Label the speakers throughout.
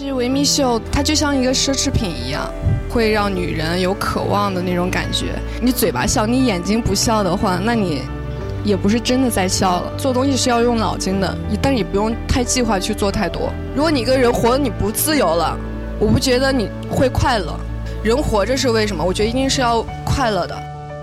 Speaker 1: 其实维密秀它就像一个奢侈品一样，会让女人有渴望的那种感觉。你嘴巴笑，你眼睛不笑的话，那你也不是真的在笑了。做东西是要用脑筋的，但你不用太计划去做太多。如果你一个人活得你不自由了，我不觉得你会快乐。人活着是为什么？我觉得一定是要快乐的。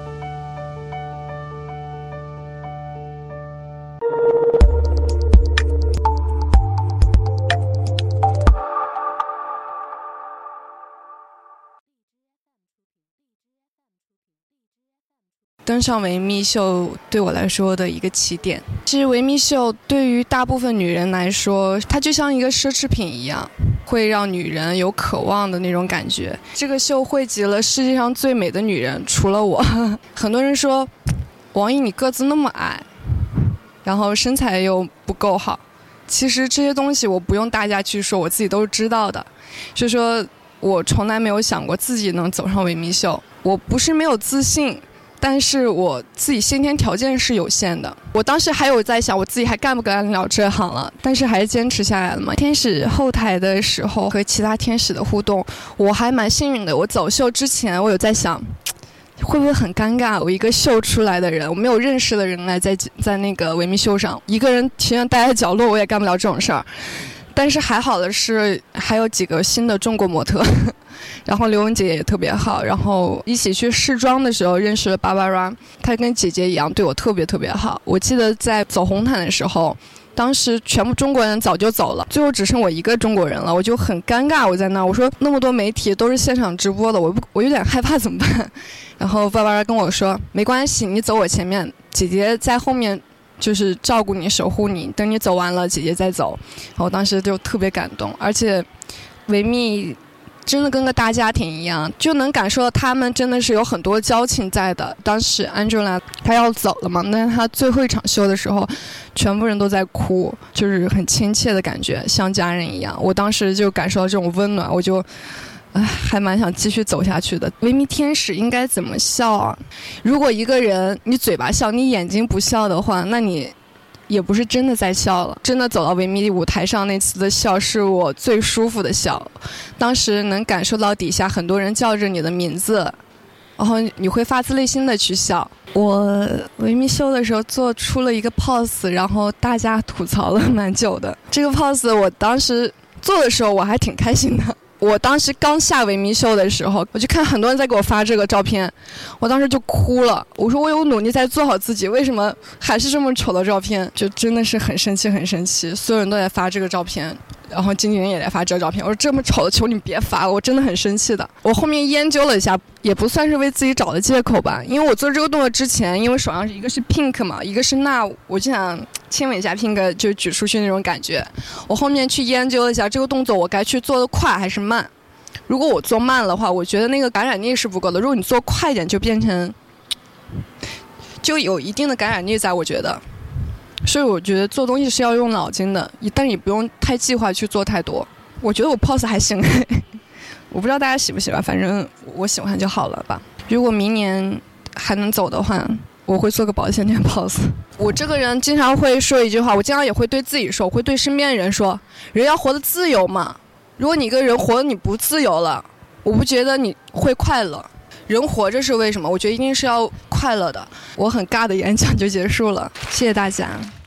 Speaker 1: 登上维密秀对我来说的一个起点。其实维密秀对于大部分女人来说，它就像一个奢侈品一样，会让女人有渴望的那种感觉。这个秀汇集了世界上最美的女人，除了我。很多人说，王毅你个子那么矮，然后身材又不够好。其实这些东西我不用大家去说，我自己都是知道的。所以说我从来没有想过自己能走上维密秀。我不是没有自信，但是我自己先天条件是有限的。我当时还有在想，我自己还干不干了这行了，但是还是坚持下来了嘛。天使后台的时候和其他天使的互动，我还蛮幸运的。我走秀之前，我有在想，会不会很尴尬？我一个秀出来的人，我没有认识的人来在那个维密秀上，一个人体验待在角落，我也干不了这种事儿。但是还好的是，还有几个新的中国模特。然后刘雯姐也特别好，然后一起去试妆的时候认识了芭芭拉，她跟姐姐一样对我特别特别好。我记得在走红毯的时候，当时全部中国人早就走了，最后只剩我一个中国人了，我就很尴尬。我在那，我说那么多媒体都是现场直播的，我有点害怕怎么办？然后芭芭拉跟我说没关系，你走我前面，姐姐在后面就是照顾你守护你，等你走完了姐姐再走。然后我当时就特别感动，而且维密真的跟个大家庭一样，就能感受到他们真的是有很多交情在的。当时 Angela 她要走了嘛，但是她最后一场秀的时候，全部人都在哭，就是很亲切的感觉，像家人一样。我当时就感受到这种温暖，我就还蛮想继续走下去的。维密天使应该怎么笑啊？如果一个人你嘴巴笑，你眼睛不笑的话，那你也不是真的在笑了。真的走到维密舞台上那次的笑是我最舒服的笑，当时能感受到底下很多人叫着你的名字，然后你会发自内心的去笑。我维密秀的时候做出了一个 pose， 然后大家吐槽了蛮久的。这个 pose 我当时做的时候我还挺开心的。我当时刚下维密秀的时候，我就看很多人在给我发这个照片，我当时就哭了。我说我有努力在做好自己，为什么还是这么丑的照片？就真的是很生气很生气。所有人都在发这个照片，然后经纪人也在发这个照片。我说这么丑的求你别发，我真的很生气的。我后面研究了一下，也不算是为自己找的借口吧，因为我做这个动作之前，因为手上一个是 pink 嘛，一个是那，我就想亲吻一下 pink， 就举出去那种感觉。我后面去研究了一下这个动作我该去做的快还是慢。如果我做慢的话，我觉得那个感染力是不够的。如果你做快一点，就变成就有一定的感染力在，我觉得。所以我觉得做东西是要用脑筋的，但你不用太计划去做太多。我觉得我 pose 还行，我不知道大家喜不喜欢，反正我喜欢就好了吧。如果明年还能走的话，我会做个保险点 pose。我这个人经常会说一句话，我经常也会对自己说，我会对身边的人说，人要活得自由嘛。如果你一个人活得你不自由了，我不觉得你会快乐。人活着是为什么？我觉得一定是要快乐的。我很尬的演讲就结束了，谢谢大家。